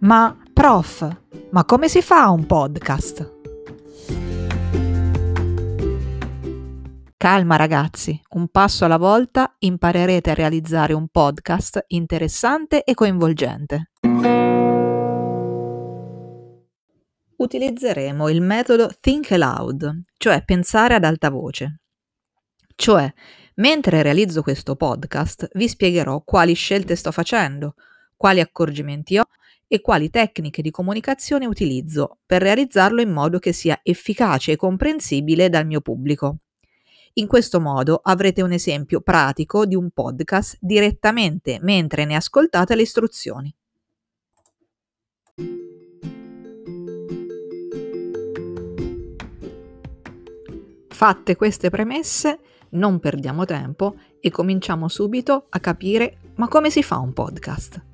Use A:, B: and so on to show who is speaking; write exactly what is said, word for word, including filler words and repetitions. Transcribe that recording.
A: Ma prof, ma come si fa un podcast? Calma ragazzi, un passo alla volta imparerete a realizzare un podcast interessante e coinvolgente. Utilizzeremo il metodo Think Aloud, cioè pensare ad alta voce. Cioè, mentre realizzo questo podcast, vi spiegherò quali scelte sto facendo, quali accorgimenti ho e quali tecniche di comunicazione utilizzo per realizzarlo in modo che sia efficace e comprensibile dal mio pubblico. In questo modo avrete un esempio pratico di un podcast direttamente mentre ne ascoltate le istruzioni. Fatte queste premesse, non perdiamo tempo e cominciamo subito a capire ma come si fa un podcast.